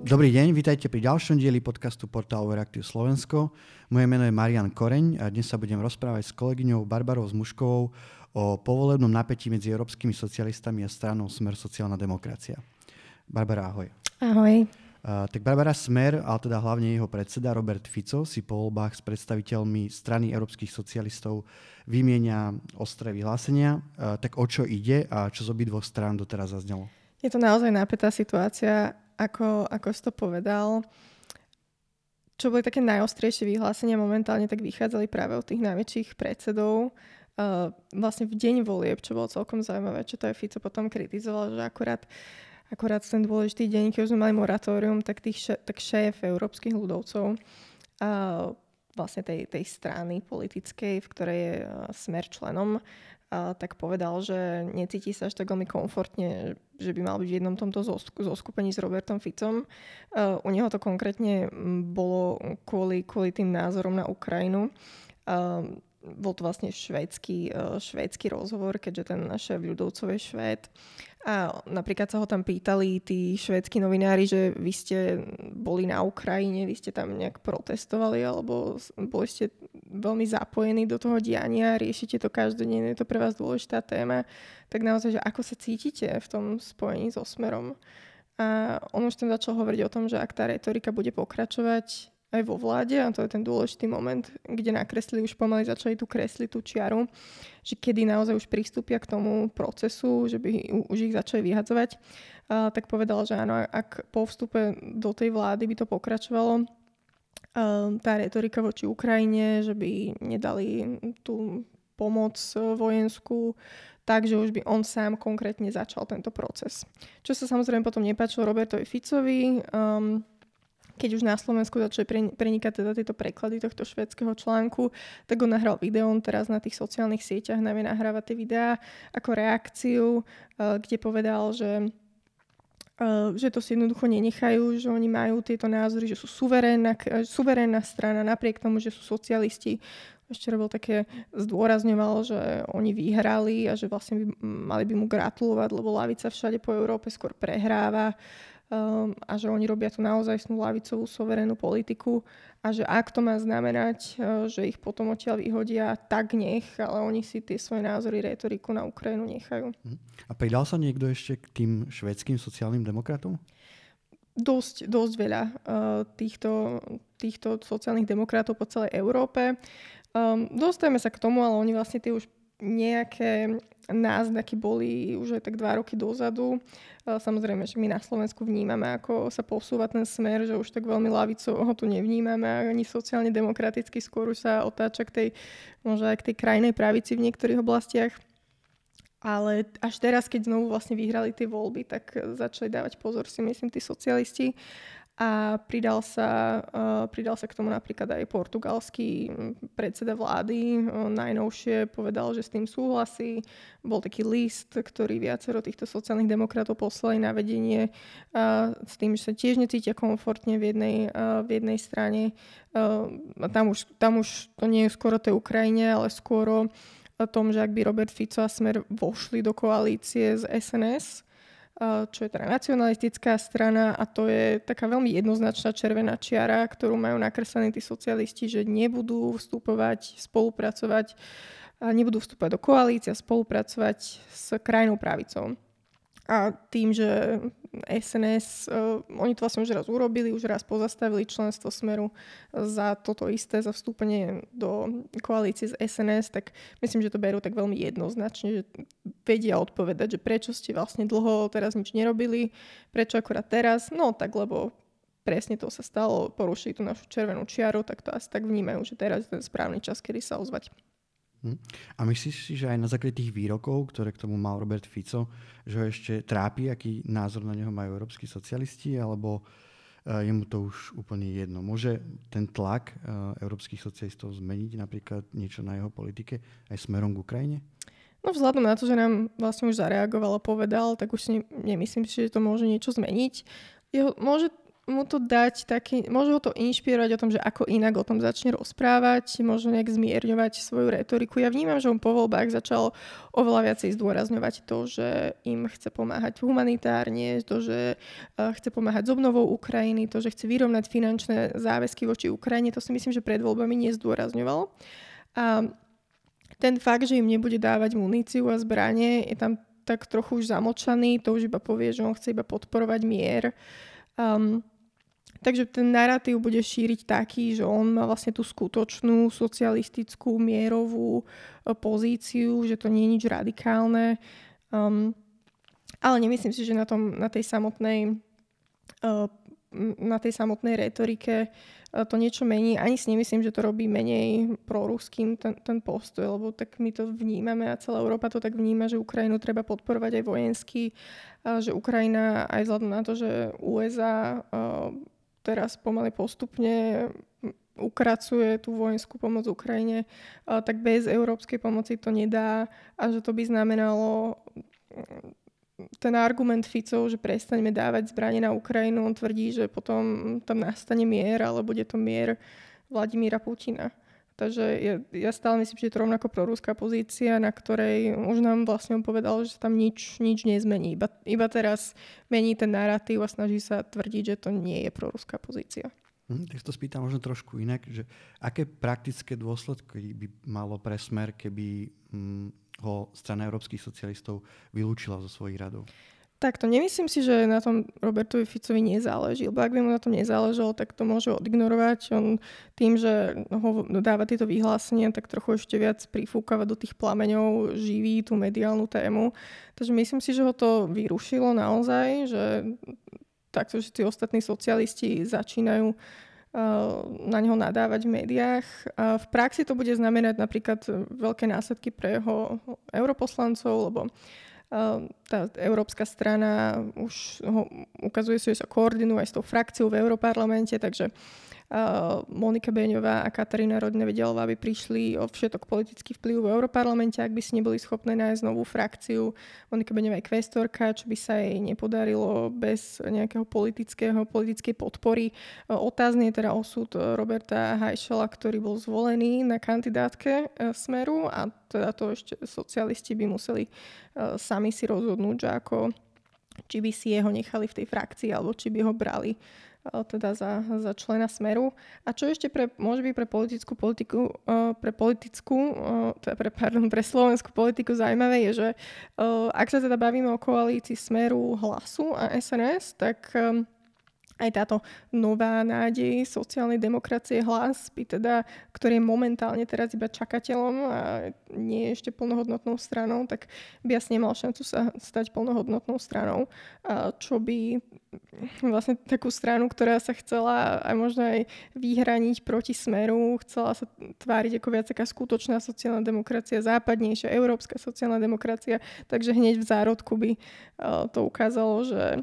Dobrý deň, vítajte pri ďalšom dieli podcastu portálu Euraktiv Slovensko. Moje meno je Marian Koreň a dnes sa budem rozprávať s kolegyňou Barbarou Zmuškovou o povolebnom napätí medzi európskymi socialistami a stranou Smer sociálna demokracia. Barbara, ahoj. Ahoj. Tak Barbara, Smer, ale teda hlavne jeho predseda Robert Fico si po voľbách s predstaviteľmi strany európskych socialistov vymieňa ostré vyhlásenia. Tak o čo ide a čo z obidvoch strán doteraz zaznelo? Je to naozaj napätá situácia, ako si to povedal. Čo boli také najostrejšie vyhlásenia momentálne, tak vychádzali práve od tých najväčších predsedov. Vlastne v deň volieb, čo bolo celkom zaujímavé, čo to aj Fico potom kritizoval, že akorát ten dôležitý deň, keď už sme mali moratórium, tak šéf európskych ľudovcov, vlastne tej strany politickej, v ktorej je Smer členom, tak povedal, že necíti sa až tak veľmi komfortne, že by mal byť v jednom tomto zoskupení s Robertom Ficom. U neho to konkrétne bolo kvôli tým názorom na Ukrajinu. Bol to vlastne švédsky rozhovor, keďže ten šéf ľudovcov je Švéd. A napríklad sa ho tam pýtali tí švédski novinári, že vy ste boli na Ukrajine, vy ste tam nejak protestovali, alebo boli ste veľmi zapojení do toho diania, riešite to každodenne, je to pre vás dôležitá téma. Tak naozaj, že ako sa cítite v tom spojení so Smerom? A on už tam začal hovoriť o tom, že ak tá retorika bude pokračovať aj vo vláde, a to je ten dôležitý moment, kde nakreslili, už pomaly začali tu kresliť tú čiaru, že kedy naozaj už pristúpia k tomu procesu, že by už ich začali vyhadzovať, tak povedal, že áno, ak po vstupe do tej vlády by to pokračovalo, tá retorika voči Ukrajine, že by nedali tú pomoc vojenskú, takže už by on sám konkrétne začal tento proces. Čo sa samozrejme potom nepáčilo Robertovi Ficovi, keď už na Slovensku začali prenikať teda tieto preklady tohto švédskeho článku, tak on nahral video, on teraz na tých sociálnych sieťach najmä nahráva tie videá ako reakciu, kde povedal, že to si jednoducho nenechajú, že oni majú tieto názory, že sú suverénna strana, napriek tomu, že sú socialisti. Ešte robil také, zdôrazňoval, že oni vyhrali a že vlastne mali by mu gratulovať, lebo lavica všade po Európe skôr prehráva. A že oni robia tú naozajstnú ľavicovú suverénnu politiku a že ak to má znamenať, že ich potom odtiaľ vyhodia, tak nech, ale oni si tie svoje názory, retoriku na Ukrajinu nechajú. A pridal sa niekto ešte k tým švédskym sociálnym demokratom? Dosť veľa týchto sociálnych demokratov po celej Európe. Dostajeme sa k tomu, ale oni vlastne tie už nejaké náznaky boli už aj tak 2 roky dozadu. Samozrejme, že my na Slovensku vnímame, ako sa posúva ten Smer, že už tak veľmi ľavicovo ho tu nevnímame, ani sociálne demokraticky, skôr už sa otáča k tej, možno aj k tej krajnej pravici v niektorých oblastiach. Ale až teraz, keď znovu vlastne vyhrali tie voľby, tak začali dávať pozor, si myslím, tí socialisti. A pridal sa k tomu napríklad aj portugalský predseda vlády. Najnovšie povedal, že s tým súhlasí. Bol taký list, ktorý viacero týchto sociálnych demokratov poslali na vedenie s tým, že sa tiež necítia komfortne v jednej strane. Tam už to nie je skoro tej Ukrajine, ale skôr o tom, že ak by Robert Fico a Smer vošli do koalície z SNS, čo je teda nacionalistická strana, a to je taká veľmi jednoznačná červená čiara, ktorú majú nakreslené tí socialisti, že nebudú nebudú vstúpať do koalície a spolupracovať s krajnou pravicou. A tým, že SNS, oni to vlastne už raz urobili, už raz pozastavili členstvo Smeru za toto isté, za vstúpenie do koalície z SNS, tak myslím, že to berú tak veľmi jednoznačne, že vedia odpovedať, že prečo ste vlastne dlho teraz nič nerobili, prečo akurát teraz, no tak lebo presne to sa stalo, porušili tú našu červenú čiaru, tak to asi tak vnímajú, že teraz je ten správny čas, kedy sa ozvať. A myslíš si, že aj na základe tých výrokov, ktoré k tomu mal Robert Fico, že ho ešte trápi, aký názor na neho majú európski socialisti, alebo je mu to už úplne jedno? Môže ten tlak európskych socialistov zmeniť napríklad niečo na jeho politike aj smerom k Ukrajine? No vzhľadom na to, že nám vlastne už zareagoval a povedal, tak už si nemyslím si, že to môže niečo zmeniť. mu to dať taký, môže ho to inšpirovať o tom, že ako inak o tom začne rozprávať, možno nejak zmierňovať svoju retoriku. Ja vnímam, že on po voľbách začal oveľa viacej zdôrazňovať to, že im chce pomáhať humanitárne, to, že chce pomáhať s obnovou Ukrajiny, to, že chce vyrovnať finančné záväzky voči Ukrajine. To si myslím, že pred voľbami nezdôrazňoval. A ten fakt, že im nebude dávať muníciu a zbranie, je tam tak trochu už zamlčaný, to už iba povie, že on chce iba podporovať mier. Takže ten narratív bude šíriť taký, že on má vlastne tú skutočnú socialistickú mierovú pozíciu, že to nie je nič radikálne. Ale nemyslím si, že na tej samotnej retorike to niečo mení. Ani si nemyslím, že to robí menej proruským ten postoj, lebo tak my to vnímame a celá Európa to tak vníma, že Ukrajinu treba podporovať aj vojensky, že Ukrajina aj vzhľadom na to, že USA teraz pomaly postupne ukracuje tú vojenskú pomoc Ukrajine, tak bez európskej pomoci to nedá a že to by znamenalo ten argument Ficov, že prestaňme dávať zbranie na Ukrajinu, on tvrdí, že potom tam nastane mier, ale bude to mier Vladimíra Putina. Takže ja stále myslím, že je to rovnako proruská pozícia, na ktorej už nám vlastne on povedal, že tam nič nezmení. Iba teraz mení ten narratív a snaží sa tvrdiť, že to nie je proruská pozícia. Tak to spýtam možno trošku inak, že aké praktické dôsledky by malo pre Smer, keby ho strana európskych socialistov vylúčila zo svojich radov? Takto, nemyslím si, že na tom Robertovi Ficovi nezáleží, lebo ak by mu na tom nezáležalo, tak to môže odignorovať. On tým, že ho dáva tieto vyhlásenia, tak trochu ešte viac prifúkava do tých plameňov, živí tú mediálnu tému. Takže myslím si, že ho to vyrušilo naozaj, že takto, že tí ostatní socialisti začínajú na neho nadávať v médiách. V praxi to bude znamenať napríklad veľké následky pre jeho europoslancov, lebo tá európska strana už ukazuje sa, že sa koordinuje aj s tou frakciou v Europarlamente, takže Monika Beňová a Katarína Rodina-Vedelová by prišli o všetok politický vplyv v Europarlamente, ak by si neboli schopné nájsť novú frakciu. Monika Beňová je kvestorka, čo by sa jej nepodarilo bez nejakého politickej podpory. Otázny je teda osud Roberta Hajšela, ktorý bol zvolený na kandidátke Smeru a teda to ešte socialisti by museli sami si rozhodnúť, že či by si jeho nechali v tej frakcii alebo či by ho brali teda za člena Smeru. A čo ešte môže byť pre slovenskú politiku zaujímavé je, že ak sa teda bavíme o koalícii Smeru, Hlasu a SNS, tak aj táto nová nádej sociálnej demokracie Hlas by teda, ktorý je momentálne teraz iba čakateľom a nie je ešte plnohodnotnou stranou, tak by asi nemal šancu sa stať plnohodnotnou stranou. Čo by vlastne takú stranu, ktorá sa chcela aj možno aj vyhraniť proti Smeru, chcela sa tváriť ako viac taká skutočná sociálna demokracia, západnejšia, európska sociálna demokracia, takže hneď v zárodku by to ukázalo, že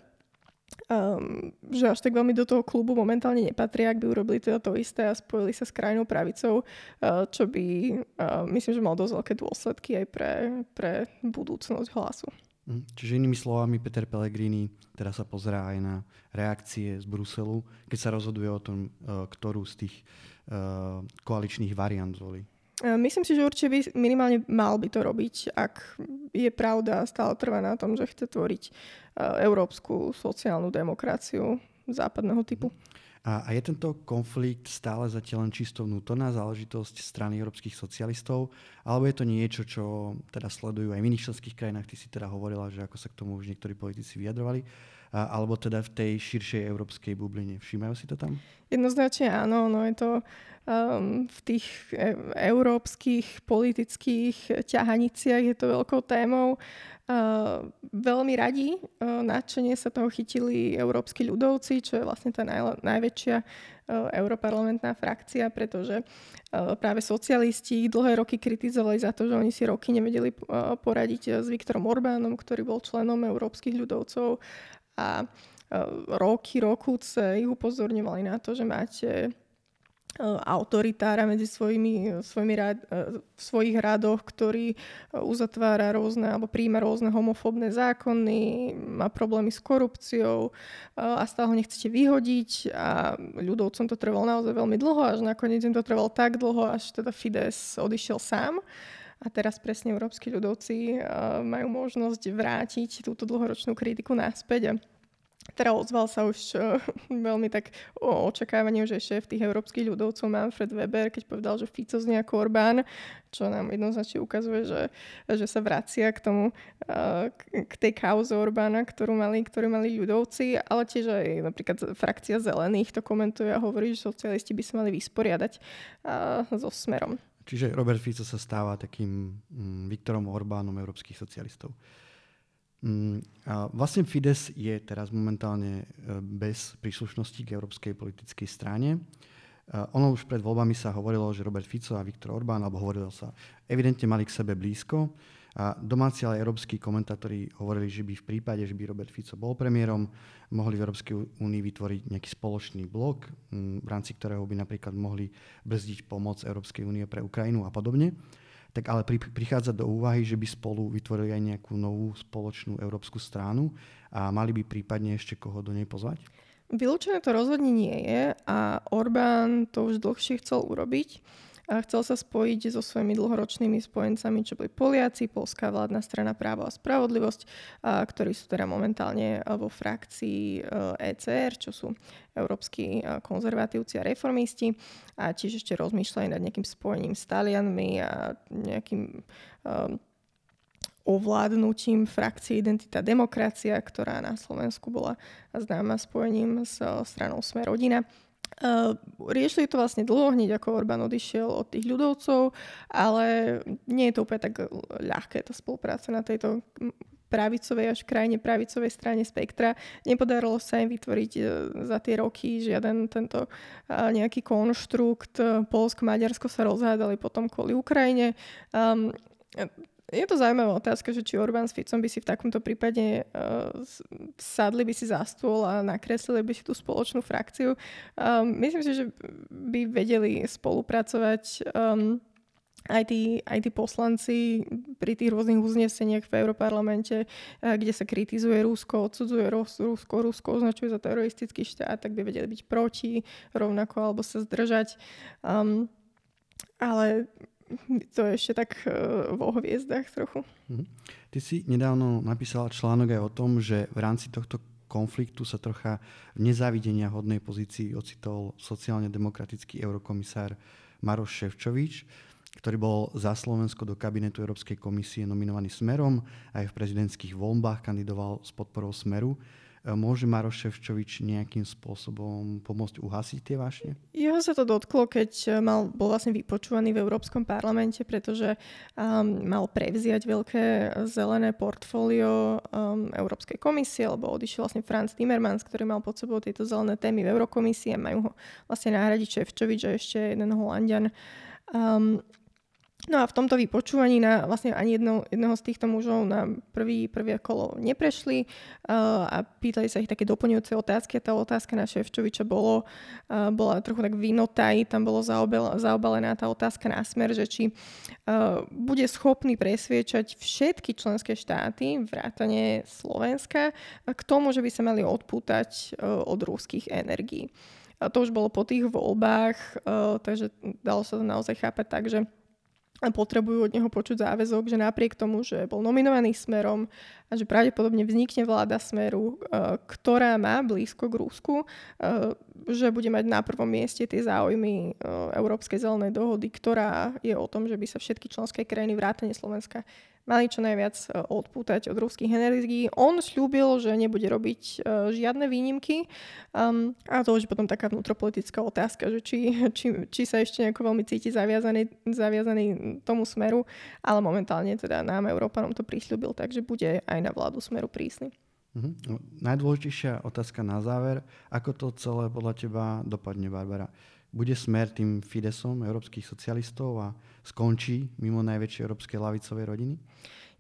až tak veľmi do toho klubu momentálne nepatria, ak by urobili teda to isté a spojili sa s krajnou pravicou, čo by, myslím, že mal dosť veľké dôsledky aj pre budúcnosť Hlasu. Čiže inými slovami, Peter Pellegrini teraz sa pozerá aj na reakcie z Bruselu, keď sa rozhoduje o tom, ktorú z tých koaličných variant zvolí. Myslím si, že určite by minimálne mal by to robiť, ak je pravda, stále trvá na tom, že chce tvoriť európsku sociálnu demokraciu západného typu. A je tento konflikt stále zatiaľ len čisto vnútorná záležitosť strany európskych socialistov, alebo je to niečo, čo teda sledujú aj v iných členských krajinách? Ty si teda hovorila, že ako sa k tomu už niektorí politici vyjadrovali, alebo teda v tej širšej európskej bubline. Všímajú si to tam? Jednoznačne áno, no je to v tých európskych politických ťahaniciach je to veľkou témou. Veľmi radi nadšene sa toho chytili európski ľudovci, čo je vlastne tá najväčšia europarlamentná frakcia, pretože práve socialisti dlhé roky kritizovali za to, že oni si roky nevedeli poradiť s Viktorom Orbánom, ktorý bol členom európskych ľudovcov a roky ich upozorňovali na to, že máte autoritára medzi v svojich radoch, ktorý uzatvára rôzne alebo príjma rôzne homofóbne zákony, má problémy s korupciou a stále ho nechcete vyhodiť a ľudovcom to trvalo naozaj veľmi dlho, až nakoniec im to trvalo tak dlho, až teda Fidesz odišiel sám. A teraz presne európski ľudovci majú možnosť vrátiť túto dlhoročnú kritiku naspäť. Teda ozval sa už veľmi tak o očakávaniu, že šéf tých európskych ľudovcov Manfred Weber, keď povedal, že Fico znie ako Orbán, čo nám jednoznačne ukazuje, že sa vracia k tomu, k tej kauze Orbána, ktorú mali ľudovci, ale tiež aj napríklad frakcia Zelených to komentuje a hovorí, že socialisti by sa mali vysporiadať so Smerom. Čiže Robert Fico sa stáva takým Viktorom Orbánom európskych socialistov. A vlastne Fidesz je teraz momentálne bez príslušnosti k európskej politickej strane. Ono už pred voľbami sa hovorilo, že Robert Fico a Viktor Orbán, alebo hovorilo sa, evidentne mali k sebe blízko. A domáci, ale európski komentátori hovorili, že by v prípade, že by Robert Fico bol premiérom, mohli v Európskej únii vytvoriť nejaký spoločný blok, v rámci ktorého by napríklad mohli brzdiť pomoc Európskej únie pre Ukrajinu a podobne. Tak ale prichádza do úvahy, že by spolu vytvorili aj nejakú novú spoločnú európsku stranu a mali by prípadne ešte koho do nej pozvať? Vylúčené to rozhodne nie je a Orbán to už dlhšie chcel urobiť. A chcel sa spojiť so svojimi dlhoročnými spojencami, čo boli Poliaci, Poľská vládna strana Právo a spravodlivosť, ktorí sú teda momentálne vo frakcii ECR, čo sú európski konzervatívci a reformisti. A tiež ešte rozmýšľajú nad nejakým spojením s Talianmi a nejakým ovládnutím frakcie Identita demokracia, ktorá na Slovensku bola známa spojením s stranou Sme rodina. Riešili to vlastne dlho, hneď ako Orbán odišiel od tých ľudovcov, ale nie je to úplne tak ľahké tá spolupráca na tejto pravicovej až krajne pravicovej strane spektra. Nepodarilo sa im vytvoriť za tie roky žiaden tento nejaký konštrukt. Poľsko, Maďarsko sa rozhádali potom kvôli Ukrajine. Je to zaujímavá otázka, že či Orbán s Ficom by si v takomto prípade sadli by si za stôl a nakreslili by si tú spoločnú frakciu. Myslím si, že by vedeli spolupracovať aj tí poslanci pri tých rôznych uzneseniach v Európarlamente, kde sa kritizuje Rusko, odsudzuje Rusko označuje za teroristický štát, tak by vedeli byť proti rovnako alebo sa zdržať. Ale to je ešte tak vo hviezdach trochu. Ty si nedávno napísala článok aj o tom, že v rámci tohto konfliktu sa trocha v nezávidenia hodnej pozícii ocitol sociálne demokratický eurokomisár Maroš Šefčovič, ktorý bol za Slovensko do kabinetu Európskej komisie nominovaný Smerom, aj v prezidentských voľbách kandidoval s podporou Smeru. Môže Maroš Šefčovič nejakým spôsobom pomôcť uhasiť tie vášne? Jeho sa to dotklo, keď bol vlastne vypočúvaný v Európskom parlamente, pretože mal prevziať veľké zelené portfólio Európskej komisie, lebo odišiel vlastne Franz Timmermans, ktorý mal pod sebou tieto zelené témy v Eurokomisii a majú ho vlastne nahradiť Šefčovič a ešte jeden Holanďan. No a v tomto vypočúvaní vlastne ani jedného z týchto mužov na prvé kolo neprešli a pýtali sa ich také doplňujúce otázky a tá otázka na Šefčoviča bola trochu tak vinotaj, tam bolo zaobalená tá otázka na Smer, že či bude schopný presviečať všetky členské štáty, vrátane Slovenska, k tomu, že by sa mali odpútať od ruských energií. A to už bolo po tých voľbách, takže dalo sa to naozaj chápať tak, že potrebujú od neho počuť záväzok, že napriek tomu, že bol nominovaný Smerom a že pravdepodobne vznikne vláda Smeru, ktorá má blízko k Rusku, že bude mať na prvom mieste tie záujmy Európskej zelenej dohody, ktorá je o tom, že by sa všetky členské krajiny vrátane Slovenska mali čo najviac odpútať od ruských energií. On sľúbil, že nebude robiť žiadne výnimky a to už potom taká vnútropolitická otázka, že či sa ešte nejako veľmi cíti zaviazaný tomu Smeru, ale momentálne teda nám, Európanom, to prisľúbil, takže bude aj na vládu Smeru prísny. Najdôležitejšia otázka na záver. Ako to celé podľa teba dopadne, Barbara? Bude Smer tým Fidesom európskych socialistov a skončí mimo najväčšej európskej ľavicovej rodiny?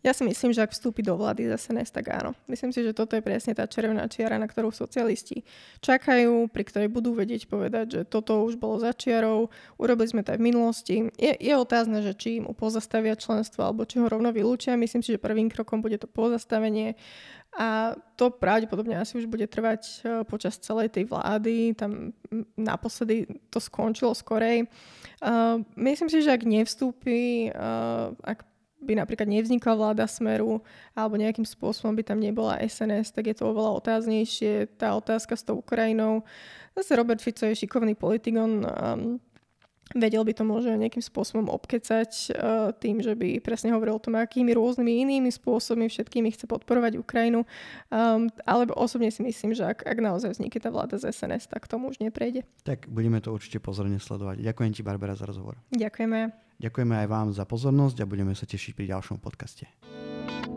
Ja si myslím, že ak vstúpi do vlády z SNS, tak áno. Myslím si, že toto je presne tá červená čiara, na ktorú socialisti čakajú, pri ktorej budú vedieť povedať, že toto už bolo za čiarou, urobili sme to aj v minulosti. Je otázne, že či mu pozastavia členstvo, alebo či ho rovno vylúčia. Myslím si, že prvým krokom bude to pozastavenie a to pravdepodobne asi už bude trvať počas celej tej vlády. Tam naposledy to skončilo skorej. Myslím si, že ak nevstúpi, ak by napríklad nevznikla vláda Smeru alebo nejakým spôsobom by tam nebola SNS, tak je to oveľa otáznejšie. Tá otázka s tou Ukrajinou. Zase Robert Fico je šikovný politik, on vedel by to možno nejakým spôsobom obkecať tým, že by presne hovoril o tom, akými rôznymi inými spôsobmi všetkými chce podporovať Ukrajinu. Ale osobne si myslím, že ak naozaj vznikne tá vláda z SNS, tak tomu už neprejde. Tak budeme to určite pozorne sledovať. Ďakujem ti, Barbara, za rozhovor. Ďakujeme. Ďakujeme aj vám za pozornosť a budeme sa tešiť pri ďalšom podcaste.